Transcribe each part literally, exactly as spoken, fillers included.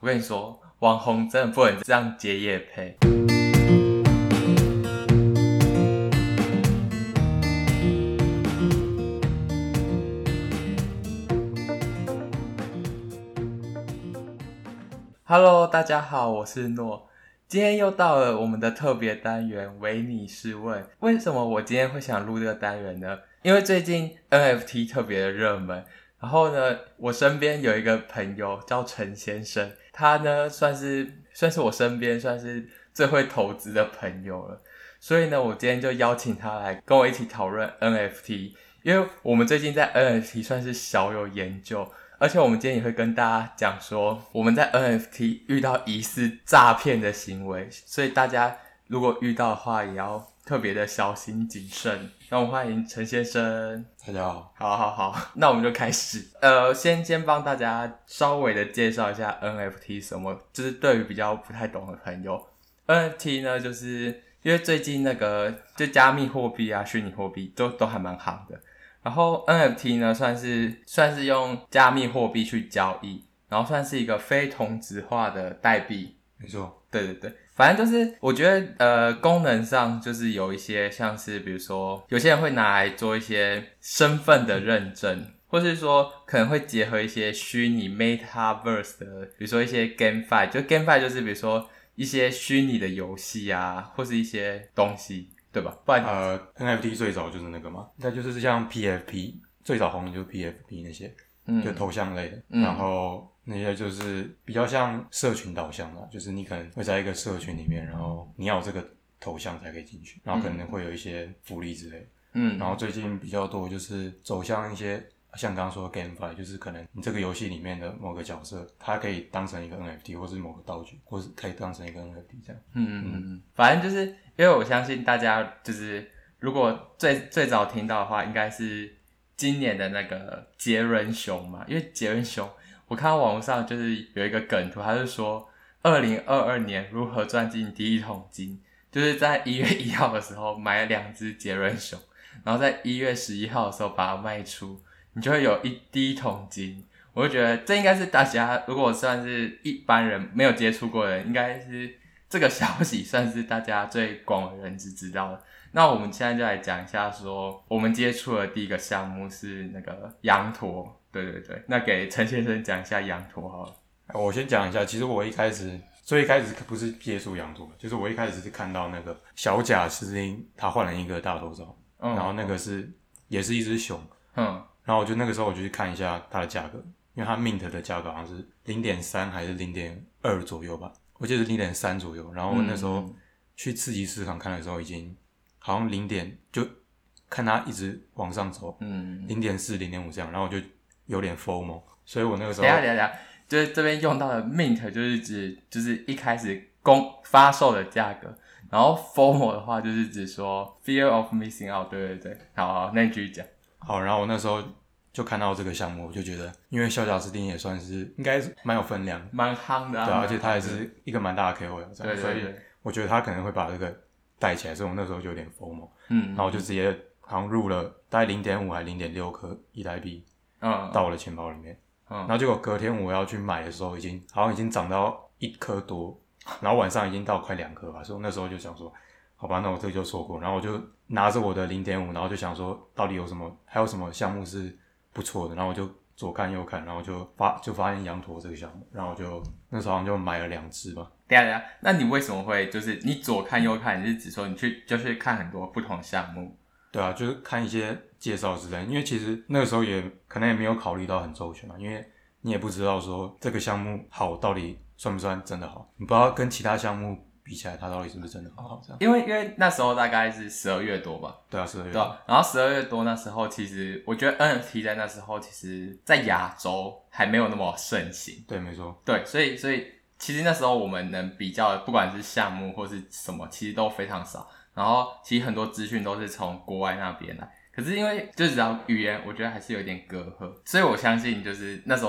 跟你说，网红真的不能这样接业配。Hello， 大家好，我是诺。今天又到了我们的特别单元唯你是问。为什么我今天会想录这个单元呢？因为最近 N F T 特别的热门，然后呢，我身边有一个朋友叫陈先生，他呢算是算是我身边算是最会投资的朋友了，所以呢，我今天就邀请他来跟我一起讨论 N F T， 因为我们最近在 N F T 算是小有研究。而且我们今天也会跟大家讲说，我们在 N F T 遇到疑似诈骗的行为，所以大家如果遇到的话，也要特别的小心谨慎。那我们欢迎陈先生。 大家好。 好好好，那我们就开始。呃，先先帮大家稍微的介绍一下 N F T 什么，就是对于比较不太懂的朋友 ，N F T 呢，就是因为最近那个就加密货币啊、虚拟货币都都还蛮行的。然后 N F T 呢，算是算是用加密货币去交易，然后算是一个非同质化的代币。 没错， 对对对，反正就是我觉得呃功能上就是有一些像是比如说有些人会拿来做一些身份的认证，或是说可能会结合一些虚拟 Metaverse 的，比如说一些 GameFi， 就 GameFi 就是比如说一些虚拟的游戏啊，或是一些东西。对吧？不然呃 ，N F T 最早就是那个嘛，那就是像 P F P 最早红的就是 P F P 那些，嗯，就头像类的，嗯，然后那些就是比较像社群导向的，就是你可能会在一个社群里面，然后你要有这个头像才可以进去，然后可能会有一些福利之类的，嗯，然后最近比较多就是走向一些像刚刚说的 GameFi， 就是可能你这个游戏里面的某个角色，它可以当成一个 N F T， 或是某个道具，或是可以当成一个 N F T 这样， 嗯嗯嗯，反正就是因为我相信大家就是如果最最早听到的话，应该是今年的那个杰伦熊嘛，因为杰伦熊，我看到网络上就是有一个梗图，他是说二零二二年如何赚进第一桶金，就是在一月一号的时候买了两只杰伦熊，然后在一月十一号的时候把它卖出，你就会有一第一桶金。我就觉得这应该是大家如果算是一般人没有接触过的人，应该是这个消息算是大家最广为人知知道的。那我们现在就来讲一下说我们接触的第一个项目是那个羊驼。对对对，那给陈先生讲一下羊驼好了。 我先讲一下，其实我一开始最一开始不是接触羊驼，就是我一开始是看到那个小贾斯汀他换了一个大头照，嗯，然后那个是、嗯、也是一只熊，嗯，然后我就那个时候我就去看一下它的价格，因为它 mint 的价格好像是 零点三 还是 零点二 左右吧，我记得是 零点三 左右，然后我那时候去刺激市场看的时候已经好像零点，就看它一直往上走，嗯 零点四 零点五 这样，然后我就有点 FOMO， 所以我那个时候等一下等一下，就是这边用到的 mint 就是指就是一开始公发售的价格，然后 FOMO 的话就是指说 fear of missing out。 对对对，好好，那你继续讲。 好，然后我那时候就看到这个项目，我就觉得因为小贾斯汀也算是应该是蛮有分量， 蛮夯的啊， 对啊，而且他也是一个蛮大的 K O L， 对对对，所以我觉得他可能会把这个带起来，所以我那时候就有点 FOMO， 嗯，然后我就直接好像入了大概 零点五 还 零点六 颗以太币，嗯，到我的钱包里面，嗯，然后结果隔天我要去买的时候，已经好像已经涨到一颗多，然后晚上已经到快两颗吧，所以我那时候就想说，好吧，那我这个就错过，然后我就拿着我的 零点五， 然后就想说到底有什么还有什么项目是不错的，然后我就左看右看，然后就发就发现羊驼这个项目，然后我就那时候好像就买了两只吧。 等一下等一下，那你为什么会就是你左看右看？你是指说你去就是看很多不同项目？ 对啊，就是看一些介绍之类，因为其实那个时候也可能也没有考虑到很周全嘛，因为你也不知道说这个项目好到底算不算真的好，你不知道跟其他项目比起来它到底是不是真的好好这样。 因为因为那时候大概是十二月多吧。 对啊，十二月多。对啊，然后十二月多那时候其实我觉得 N F T 在那时候其实在亚洲还没有那么盛行。 对，没错。 对，所以所以其实那时候我们能比较的不管是项目或是什么其实都非常少，然后其实很多资讯都是从国外那边来，可是因为就只要语言我觉得还是有点隔阂，所以我相信就是那时候在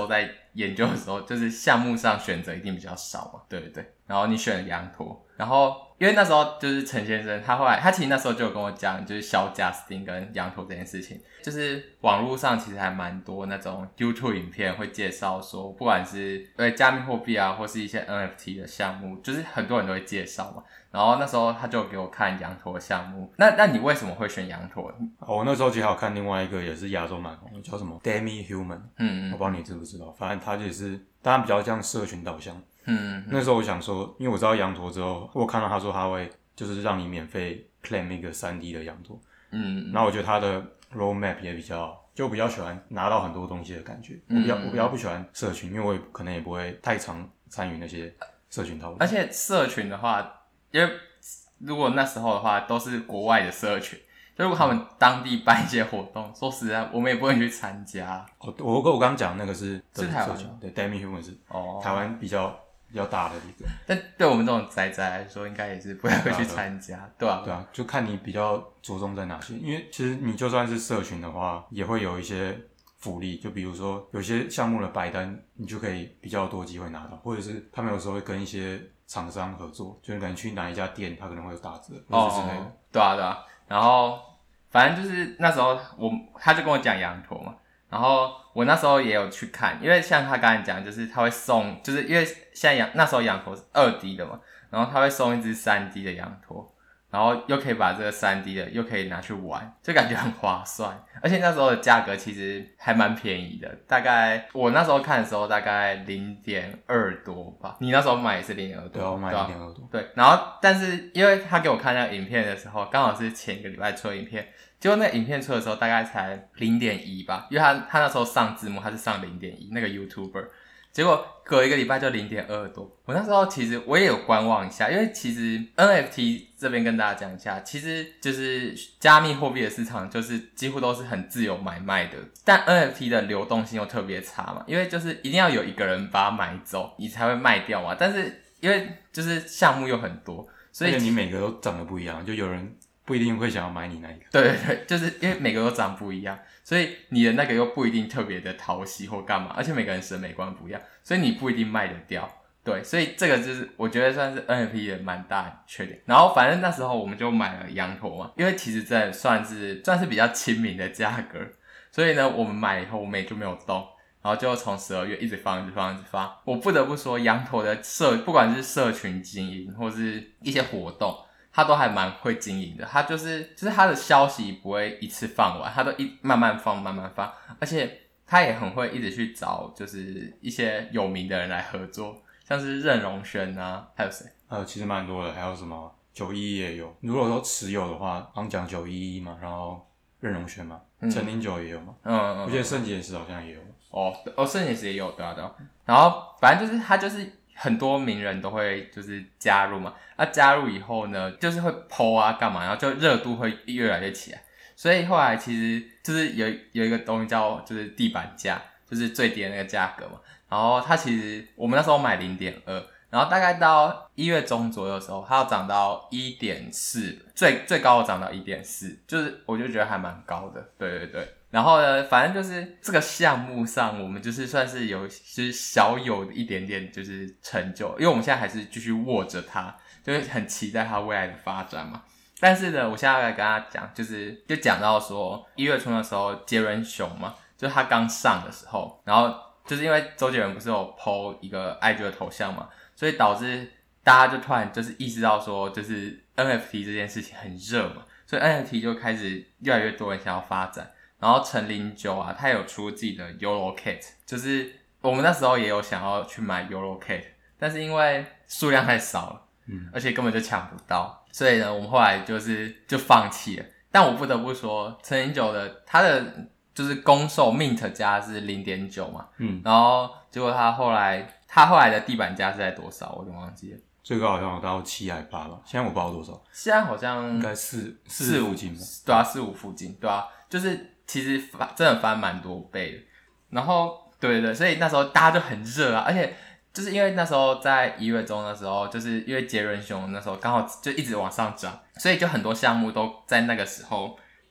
研究的时候，就是项目上选择一定比较少嘛，对不对？然后你选了羊驼，然后因为那时候就是陈先生，他后来他其实那时候就有跟我讲，就是小贾斯汀跟羊驼这件事情，就是网络上其实还蛮多那种 YouTube 影片会介绍说，不管是对加密货币啊，或是一些 N F T 的项目，就是很多人都会介绍嘛。然后那时候他就给我看羊驼的项目，那那你为什么会选羊驼？ 哦，我那时候其实还有看另外一个也是亚洲蛮红的，叫什么 Demi Human， 嗯嗯，我不知道你知不知道，反正他就是当然比较像社群导向，嗯, 嗯, 嗯，那时候我想说，因为我知道羊驼之后，我看到他说他会就是让你免费 claim 一个 三 D 的羊驼，嗯, 嗯，然后我觉得他的 roadmap 也比较，就比较喜欢拿到很多东西的感觉，我比较我比较不喜欢社群，因为我也可能也不会太常参与那些社群讨论， 而且社群的话。因为如果那时候的话都是国外的社群，就如果他们当地办一些活动，说实在我们也不会去参加。 哦，我我刚刚讲那个是是台湾， 对 Demi Human 是哦，台湾比较比较大的一个， 但对我们这种宅宅来说，应该也是不太会去参加，对啊， 对啊，就看你比较着重在哪些，因为其实你就算是社群的话，也会有一些福利，就比如说有些项目的白单，你就可以比较多机会拿到，或者是他们有时候会跟一些厂商合作，就是可能去哪一家店，他可能会有打折，或者之类的。 哦，对啊，对啊。然后反正就是那时候我他就跟我讲羊驼嘛，然后我那时候也有去看，因为像他刚才讲，就是他会送，就是因为现在羊那时候羊驼是二 D 的嘛，然后他会送一只三 D 的羊驼。然后又可以把这个 三 D 的又可以拿去玩，就感觉很划算，而且那时候的价格其实还蛮便宜的，大概我那时候看的时候大概 零点二 多吧，你那时候买也是 零点二 多， 对啊，我买 零点二 多， 对，然后但是因为他给我看那个影片的时候，刚好是前一个礼拜出的影片，结果那个影片出的时候大概才 零点一 吧，因为他他那时候上字幕他是上 零点一 那个 YouTuber，结果隔一个礼拜就 零点二 多，我那时候其实我也有观望一下，因为其实 N F T 这边跟大家讲一下，其实就是加密货币的市场就是几乎都是很自由买卖的，但 N F T 的流动性又特别差嘛，因为就是一定要有一个人把它买走，你才会卖掉嘛，但是因为就是项目又很多，所以而且你每个都长得不一样，就有人不一定会想要买你那一个。 对对对，就是因为每个都长不一样，所以你的那个又不一定特别的讨喜或干嘛，而且每个人审美观不一样，所以你不一定卖得掉。对，所以这个就是我觉得算是 N F T 的蛮大的缺点。然后反正那时候我们就买了羊驼嘛，因为其实真的算是算是比较亲民的价格，所以呢我们买了以后我们也就没有动。然后就从十二月一直放一直放一直放，我不得不说羊驼的社不管是社群经营或是一些活动，他都还蛮会经营的，他就是就是他的消息不会一次放完，他都一慢慢放慢慢放，而且他也很会一直去找就是一些有名的人来合作，像是任容萱啊，还有谁？ 还有其实蛮多的，还有什么九一一也有，如果说持有的话，刚讲九一一嘛，然后任容萱嘛，陈零九也有嘛，嗯嗯，我记得圣结石好像也有。 哦哦，圣结石也有，对啊对啊，然后反正就是他就是很多名人都会就是加入嘛，那、啊、加入以后呢，就是会 po 啊干嘛，然后就热度会越来越起来，所以后来其实就是有有一个东西叫就是地板价，就是最低的那个价格嘛，然后它其实我们那时候买 零点二， 然后大概到一月中左右的时候，它要涨到 一点四， 最最高涨到 一点四， 就是我就觉得还蛮高的，对对对。然后呢，反正就是这个项目上，我们就是算是有就是小有一点点就是成就，因为我们现在还是继续握着它，就是很期待它未来的发展嘛。但是呢，我现在来跟他讲，就是就讲到说一月初的时候，杰伦熊嘛，就是他刚上的时候，然后就是因为周杰伦不是有 po 一个 I G 的头像嘛，所以导致大家就突然就是意识到说，就是 N F T 这件事情很热嘛，所以 N F T 就开始越来越多人想要发展。然后陈零九啊，他有出自己的 YOLO Kit， 就是我们那时候也有想要去买 YOLO Kit， 但是因为数量太少了，嗯，而且根本就抢不到，所以呢，我们后来就是就放弃了。但我不得不说，陈零九的他的就是公售 Mint 价是 零点九 嘛，嗯，然后结果他后来他后来的地板价是在多少，我都忘记了。 最高好像有到七还八吧，现在我不知道多少。 现在好像应该四四附近吧， 对啊，四五附近，对啊，就是其实翻真的翻蛮多倍的。然后对对，所以那时候大家就很热啊，而且就是因为那时候在一月中的时候，就是因为杰伦熊那时候刚好就一直往上涨，所以就很多项目都在那个时候就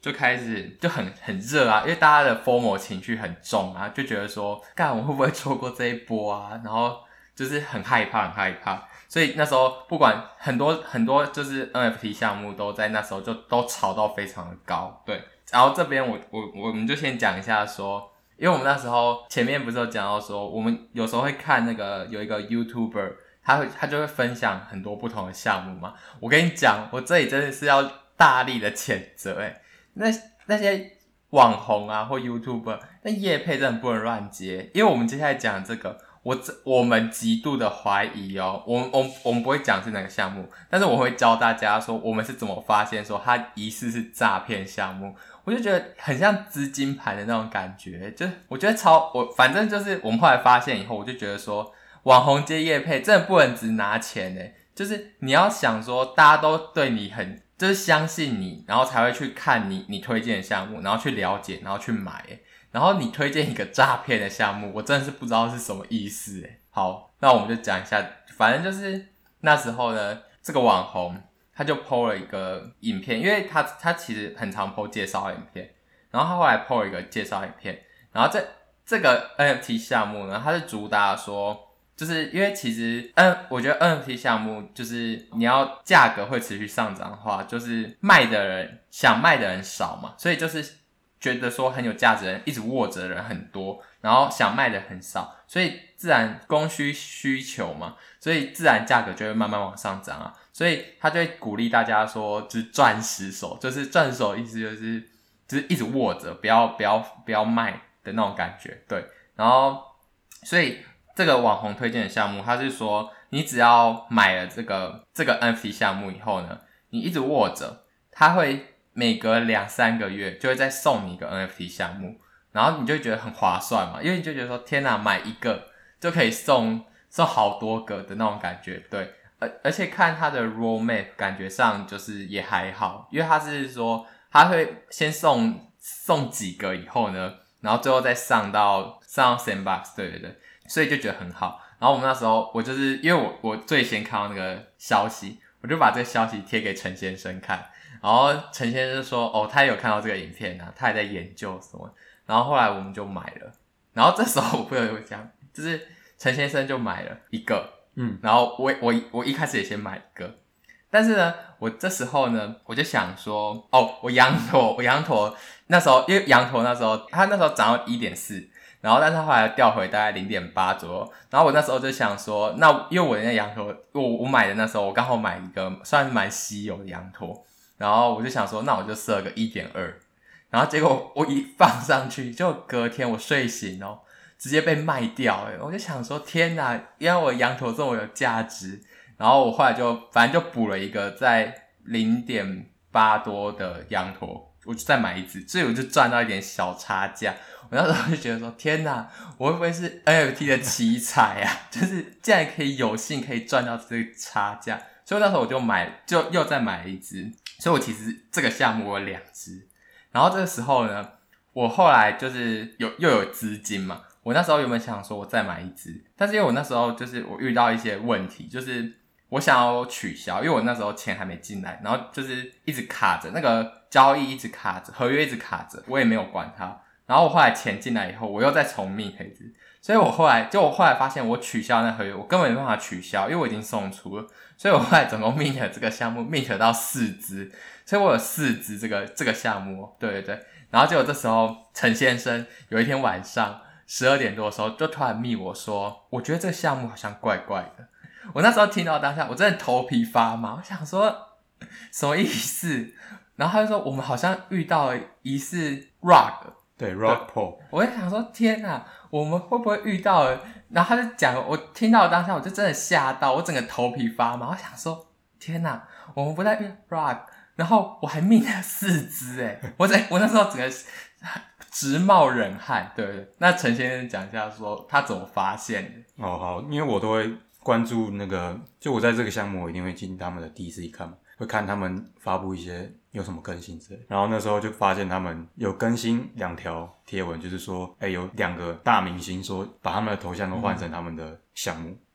就开始就很很热啊，因为大家的 FOMO 情绪很重啊，就觉得说干我会不会错过这一波啊，然后就是很害怕很害怕，所以那时候不管很多很多就是 N F T 项目都在那时候就都炒到非常的高，对。然后这边我我我们就先讲一下说，因为我们那时候前面不是有讲到说，我们有时候会看那个有一个 YouTuber， 他会他就会分享很多不同的项目嘛。我跟你讲，我这里真的是要大力的谴责诶，那那些网红啊或 YouTuber， 那业配真的不能乱接，因为我们接下来讲这个。我我们极度的怀疑哦，我们我们我们不会讲是哪个项目，但是我会教大家说我们是怎么发现说它疑似是诈骗项目，我就觉得很像资金盘的那种感觉，就我觉得超我反正就是我们后来发现以后，我就觉得说网红接业配真的不能只拿钱诶，就是你要想说大家都对你很就是相信你，然后才会去看你你推荐的项目，然后去了解，然后去买诶。然后你推荐一个诈骗的项目，我真的是不知道是什么意思诶。好，那我们就讲一下，反正就是那时候呢，这个网红他就 po 了一个影片，因为他他其实很常 po 介绍影片，然后他后来 po 了一个介绍影片，然后这这个 N F T 项目呢，它是主打说，就是因为其实嗯，我觉得 N F T 项目就是你要价格会持续上涨的话，就是卖的人想卖的人少嘛，所以就是觉得说很有价值的人一直握着的人很多，然后想卖的很少，所以自然供需需求嘛，所以自然价格就会慢慢往上涨啊。所以他就会鼓励大家说，就是赚实手，就是赚实手的意思就是就是一直握着，不要不要不要卖的那种感觉，对。然后所以这个网红推荐的项目，他是说你只要买了这个这个 N F T 项目以后呢，你一直握着，他会每隔两三个月就会再送你一个 N F T 项目，然后你就会觉得很划算嘛，因为你就觉得说天哪，买一个就可以送送好多个的那种感觉，对。而而且看它的 roadmap 感觉上就是也还好，因为它是说它会先送送几个以后呢，然后最后再上到上到 sandbox， 对对对，所以就觉得很好。然后我们那时候我就是因为我我最先看到那个消息，我就把这个消息贴给陈先生看。然后陈先生说哦他也有看到这个影片啊，他也在研究什么，然后后来我们就买了，然后这时候我朋友有讲，就是陈先生就买了一个，嗯，然后我我我一开始也先买一个，但是呢我这时候呢我就想说哦我羊驼我羊驼那时候因为羊驼那时候他那时候涨到 一点四， 然后但是后来掉回大概 零点八 左右，然后我那时候就想说那因为我的那羊驼我我买的那时候我刚好买一个算是蛮稀有的羊驼，然后我就想说那我就设个 一点二， 然后结果我一放上去就隔天我睡醒哦直接被卖掉诶，我就想说天哪，原来我的羊驼这么有价值，然后我后来就反正就补了一个在 零点八 多的羊驼，我就再买一只，所以我就赚到一点小差价。我那时候就觉得说天哪，我会不会是 N F T 的奇才啊就是竟然可以有幸可以赚到这个差价，所以那时候我就买就又再买了一只，所以我其实这个项目我有两只。然后这个时候呢我后来就是有又有资金嘛，我那时候有没有想说我再买一只，但是因为我那时候就是我遇到一些问题，就是我想要取消，因为我那时候钱还没进来，然后就是一直卡着，那个交易一直卡着，合约一直卡着，我也没有管它。然后我后来钱进来以后，我又再重mint一只，所以我后来就我后来发现我取消那合约，我根本没办法取消，因为我已经送出了，所以我后来总共 mint 了这个项目 mint 到四只，所以我有四只这个这个项目，对对对。然后结果这时候陈先生有一天晚上十二点多的时候就突然密我说我觉得这个项目好像怪怪的，我那时候听到当下我真的头皮发麻，我想说什么意思，然后他就说我们好像遇到了疑似 rug， 对 rug pull， 我就想说天哪我们会不会遇到了，然后他就讲我听到当下我就真的吓到，我整个头皮发麻，我想说天哪我们不在遇 rug，然后我还命了四只诶，我在我那时候整个直冒冷汗，对不对？那陈先生讲一下说他怎么发现的。 哦好，因为我都会关注那个，就我在这个项目我一定会进他们的 D C 看嘛，会看他们发布一些有什么更新之类的。然后那时候就发现他们有更新两条贴文，就是说，哎，有两个大明星说把他们的头像都换成他们的项目，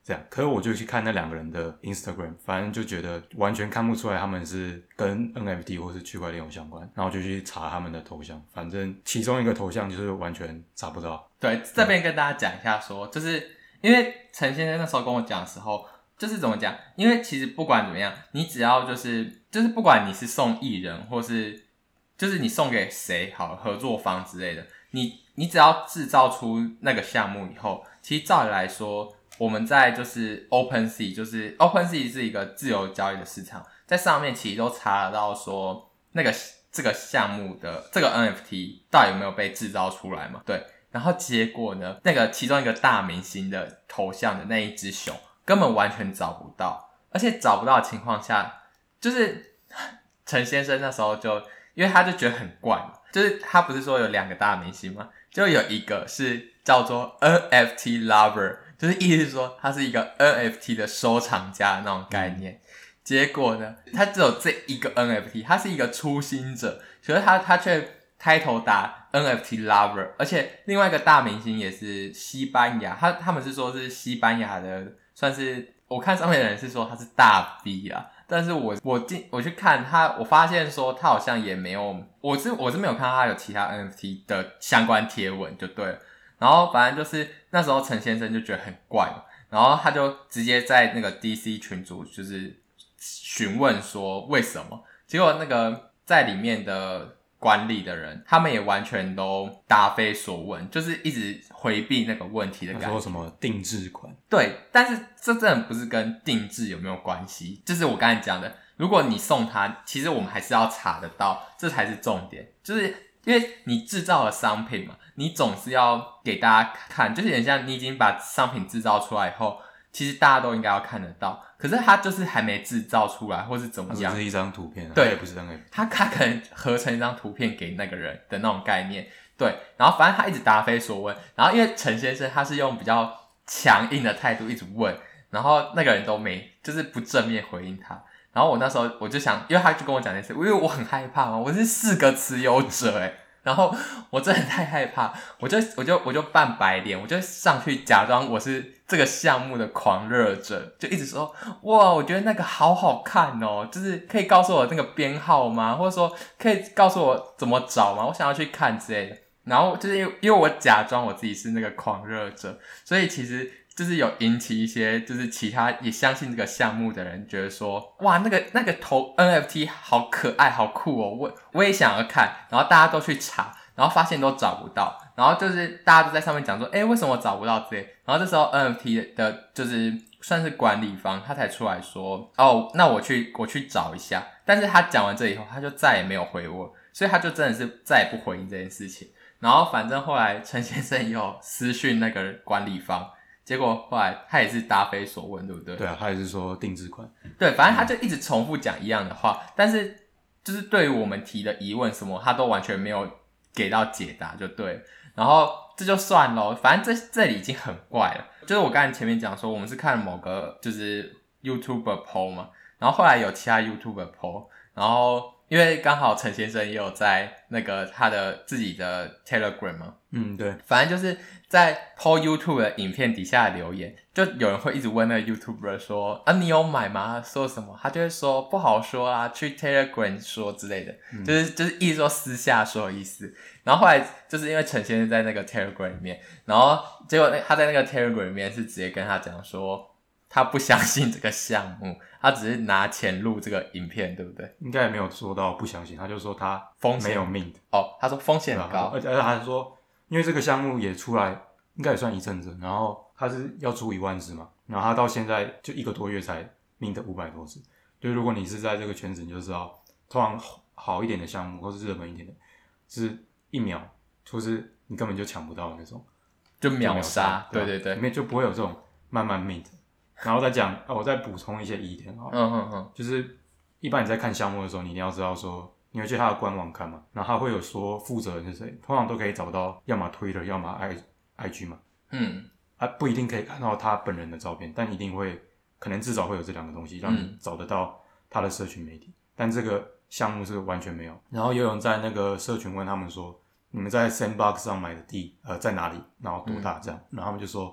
这样。可是我就去看那两个人的 Instagram， 反正就觉得完全看不出来他们是跟 N F T 或是区块链有相关，然后就去查他们的头像，反正其中一个头像就是完全查不到。 对，这边跟大家讲一下说，就是因为陈先生那时候跟我讲的时候，就是怎么讲？因为其实不管怎么样，你只要就是就是不管你是送艺人，或是就是你送给谁好合作方之类的，你你只要制造出那个项目以后，其实照理来说，我们在就是 OpenSea， 就是 OpenSea 是一个自由交易的市场，在上面其实都查得到说那个这个项目的这个 N F T 到底有没有被制造出来嘛？对。然后结果呢，那个其中一个大明星的头像的那一只熊根本完全找不到，而且找不到的情况下，就是陈先生那时候就因为他就觉得很怪嘛，就是他不是说有两个大明星吗？就有一个是叫做 N F T lover， 就是意思是说他是一个 N F T 的收藏家的那种概念。结果呢，他只有这一个 N F T， 他是一个初心者，可是他他却开头打 N F T lover， 而且另外一个大明星也是西班牙，他他们是说是西班牙的，算是我看上面的人是说他是大 V 啊，但是我我进我去看他，我发现说他好像也没有，我是我是没有看到他有其他 N F T 的相关贴文就对了。然后反正就是那时候陈先生就觉得很怪嘛，然后他就直接在那个 D C 群组就是询问说为什么，结果那个在里面的管理的人，他们也完全都答非所问，就是一直回避那个问题的感觉。 他说什么定制款？ 对，但是这真的不是跟定制有没有关系，就是我刚才讲的，如果你送他，其实我们还是要查得到，这才是重点。就是因为你制造了商品嘛，你总是要给大家看，就是有点像你已经把商品制造出来以后，其实大家都应该要看得到。可是他就是还没制造出来，或是怎么样？ 它只是一张图片， 对， 也不是 N F T。 他他可能合成一张图片给那个人的那种概念，对。然后反正他一直答非所问，然后因为陈先生他是用比较强硬的态度一直问，然后那个人都没就是不正面回应他。然后我那时候我就想，因为他就跟我讲那事，因为我很害怕嘛，我是四个持有者诶。然后我真的太害怕，我就我就我就扮白脸，我就上去假装我是这个项目的狂热者，就一直说哇，我觉得那个好好看哦，就是可以告诉我那个编号吗？或者说可以告诉我怎么找吗？我想要去看之类的。然后就是因为因为我假装我自己是那个狂热者，所以其实就是有引起一些就是其他也相信这个项目的人觉得说哇那个那个头 N F T 好可爱好酷哦，我我也想要看，然后大家都去查，然后发现都找不到，然后就是大家都在上面讲说诶为什么找不到之类，然后这时候 N F T 的就是算是管理方他才出来说哦那我去我去找一下，但是他讲完这以后他就再也没有回我，所以他就真的是再也不回应这件事情。然后反正后来陈先生也有私讯那个管理方，结果后来他也是答非所问，对不对？ 对啊，他也是说定制款。 对，反正他就一直重复讲一样的话，但是就是对于我们提的疑问什么，他都完全没有给到解答，就对了。然后这就算咯，反正这这里已经很怪了。就是我刚才前面讲说，我们是看某个就是 YouTuber po 嘛，然后后来有其他 YouTuber po， 然后因为刚好陈先生也有在那个他的自己的 Telegram 嘛， 嗯，对， 反正就是在 po YouTube 的影片底下的留言，就有人会一直问那个 YouTuber 说啊你有买吗？说什么？他就会说不好说啊，去 Telegram 说之类的，嗯、就是就是意思说私下说的意思。然后后来就是因为陈先生在那个 Telegram 里面，然后结果他在那个 Telegram 里面是直接跟他讲说。他不相信这个项目，他只是拿钱录这个影片，对不对？ 应该也没有说到不相信，他就说他没有命哦，他说风险很高， 而且他还说，因为这个项目也出来，应该也算一阵子，然后他是要出一万只嘛，然后他到现在就一个多月才命的五百多只。就如果你是在这个圈子，你就知道，通常好一点的项目或是热门一点的，是一秒，或是你根本就抢不到的那种， 就秒杀，对对对， 里面就不会有这种慢慢命的。然后再讲、哦，我再补充一些疑点哈， 嗯嗯嗯， 就是一般你在看项目的时候，你一定要知道说，你会去他的官网看嘛，然后他会有说负责人是谁，通常都可以找到，要么 Twitter， 要么 I I G 嘛， 嗯， 啊不一定可以看到他本人的照片，但一定会，可能至少会有这两个东西，让你找得到他的社群媒体，嗯、但这个项目是完全没有。然后也有人在那个社群问他们说，你们在 Sandbox 上买的地，呃，在哪里？然后多大这样？嗯、然后他们就说。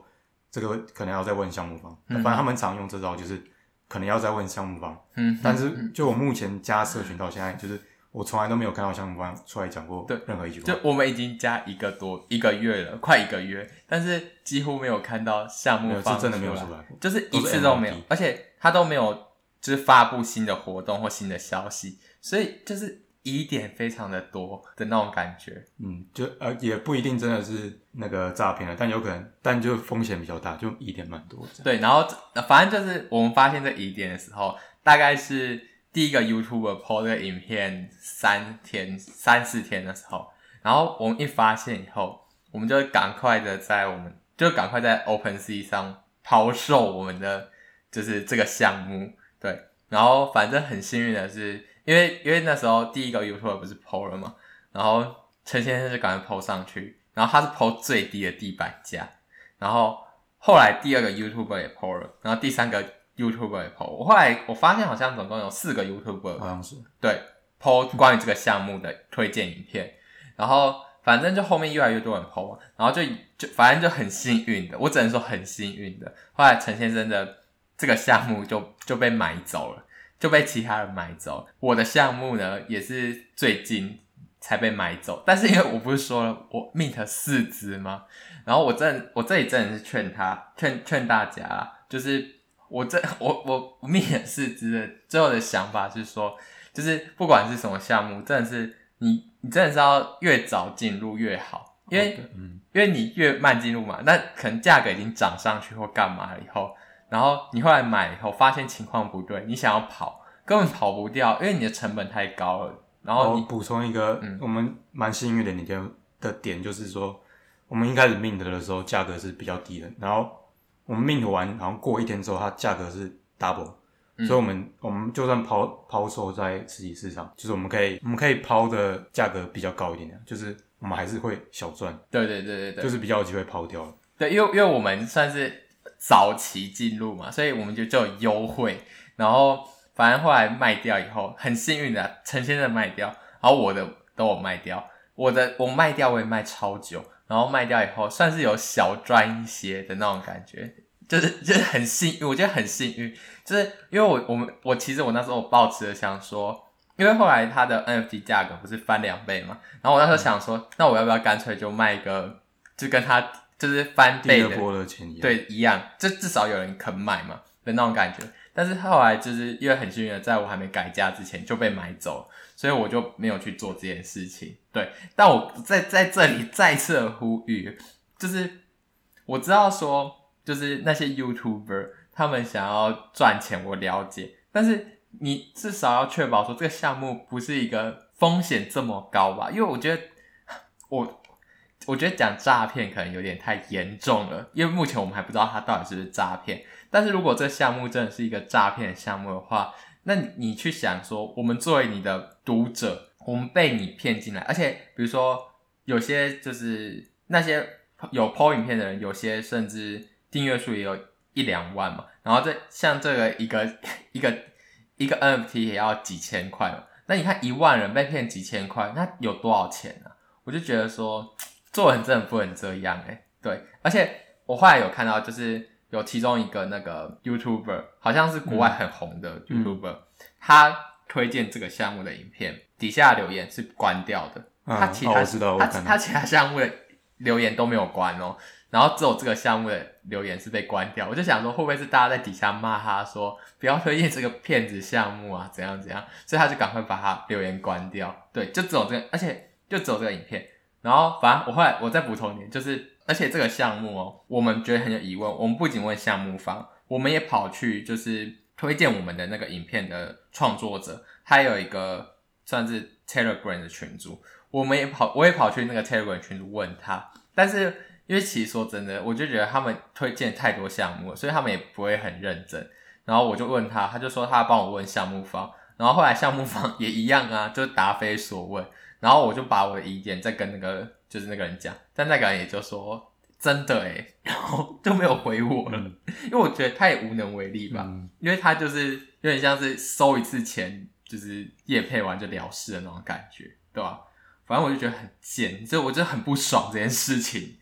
这个可能要再问项目方。嗯、反正他们常用这招，就是可能要再问项目方。嗯，但是就我目前加社群到现在，就是我从来都没有看到项目方出来讲过任何一句话。 就我们已经加一个多一个月了，快一个月，但是几乎没有看到项目方是真的没有出来过， 就是一次都没有，而且他都没有就是发布新的活动或新的消息，所以就是疑点非常的多的那种感觉。 嗯，就呃也不一定真的是那个诈骗了，但有可能，但就风险比较大，就疑点蛮多的。 对，然后反正就是我们发现这疑点的时候，大概是第一个 YouTuber po 这个影片三天三四天的时候，然后我们一发现以后，我们就赶快的在我们就赶快在 OpenSea 上抛售我们的就是这个项目。对，然后反正很幸运的是，因为因为那时候第一个 YouTuber 不是 po 了嘛，然后陈先生就赶快 po 上去，然后他是 po 最低的地板价，然后后来第二个 YouTuber 也 po 了，然后第三个 YouTuber 也 po， 我后来我发现好像总共有四个 YouTuber 好像是对 po 关于这个项目的推荐影片，然后反正就后面越来越多人 po， 然后就就反正就很幸运的，我只能说很幸运的，后来陈先生的这个项目就就被买走了，就被其他人买走。我的项目呢也是最近才被买走，但是因为我不是说了我 mint 四只吗？然后我真我这里真的是劝他劝劝大家啦，就是我这我我 mint 四只的最后的想法是说，就是不管是什么项目，真的是你你真的是要越早进入越好，因为、okay, 嗯、因为你越慢进入嘛，那可能价格已经涨上去或干嘛了以后。然后你后来买以后发现情况不对，你想要跑根本跑不掉，因为你的成本太高了。然后你补充一个、嗯、我们蛮幸运的那天的点就是说，我们一开始 mint 的时候价格是比较低的，然后我们 mint 完好像过一天之后它价格是 double、嗯、所以我们我们就算抛抛售在实体市场，就是我们可以我们可以抛的价格比较高一点点，就是我们还是会小赚。 对对对对对， 就是比较有机会抛掉了。 对，因为因为我们算是早期进入嘛，所以我们就就有优惠，然后反正后来卖掉以后，很幸运的陈先生卖掉，然后我的都有卖掉，我的我卖掉我也卖超久，然后卖掉以后算是有小赚一些的那种感觉，就是就是很幸运，我觉得很幸运，就是因为我我们我其实我那时候我抱持的想说，因为后来它的 N F T 价格不是翻两倍嘛，然后我那时候想说，嗯、那我要不要干脆就卖一个，就跟它就是翻倍的， 第二波的钱一样， 对，一样，就至少有人肯买嘛的那种感觉。但是后来就是因为很幸运的，在我还没改价之前就被买走，所以我就没有去做这件事情。对，但我在在这里再次的呼吁，就是我知道说，就是那些 YouTuber 他们想要赚钱，我了解，但是你至少要确保说这个项目不是一个风险这么高吧？因为我觉得我。我觉得讲诈骗可能有点太严重了，因为目前我们还不知道它到底是不是诈骗。但是如果这项目真的是一个诈骗项目的话，那你去想说，我们作为你的读者，我们被你骗进来，而且比如说有些就是那些有 po 影片的人，有些甚至订阅数也有一两万嘛，然后这像这个一个一个一个 N F T 也要几千块嘛，那你看一万人被骗几千块，那有多少钱啊？我就觉得说。做人真的不能这样诶、欸、对，而且我后来有看到，就是有其中一个那个 YouTuber， 好像是国外很红的 YouTuber，、嗯、他推荐这个项目的影片，底下留言是关掉的， 嗯、 他其他、 哦、我知道我看到他他其他项目的留言都没有关哦，然后只有这个项目的留言是被关掉，我就想说会不会是大家在底下骂他说不要推荐这个骗子项目啊，怎样怎样，所以他就赶快把他留言关掉，对，就只有这个，而且就只有这个影片。然后反正我后来我再补充一点，就是而且这个项目哦，我们觉得很有疑问，我们不仅问项目方，我们也跑去就是推荐我们的那个影片的创作者，他有一个算是 Telegram 的群组，我们也跑我也跑去那个 Telegram 群组问他，但是因为其实说真的，我就觉得他们推荐太多项目了，所以他们也不会很认真，然后我就问他，他就说他帮我问项目方，然后后来项目方也一样啊，就答非所问。然后我就把我的意见再跟那个就是那个人讲，但那个人也就说真的诶，然后就没有回我了，嗯、因为我觉得他也无能为力吧，嗯、因为他就是有点像是收一次钱，就是业配完就了事的那种感觉，对吧？反正我就觉得很贱，所以我就很不爽这件事情。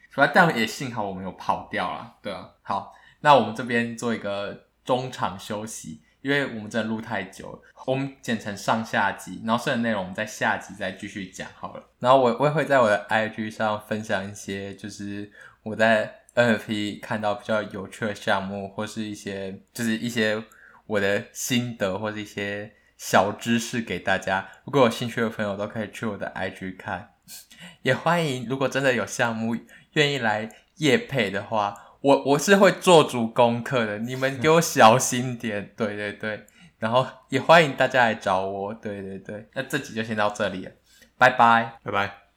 所以但也幸好我们有跑掉啦，对啊。好，那我们这边做一个中场休息，因为我们真的录太久了，我们剪成上下集，然后剩的内容我们在下集再继续讲好了。然后我我也会在我的 I G 上分享一些就是我在 N F T 看到比较有趣的项目，或是一些就是一些我的心得或是一些小知识给大家。如果有兴趣的朋友都可以去我的 I G 看，也欢迎如果真的有项目愿意来业配的话，我我是会做足功课的，你们给我小心点，对对对，然后也欢迎大家来找我，对对对。那这集就先到这里了，拜拜， 拜拜。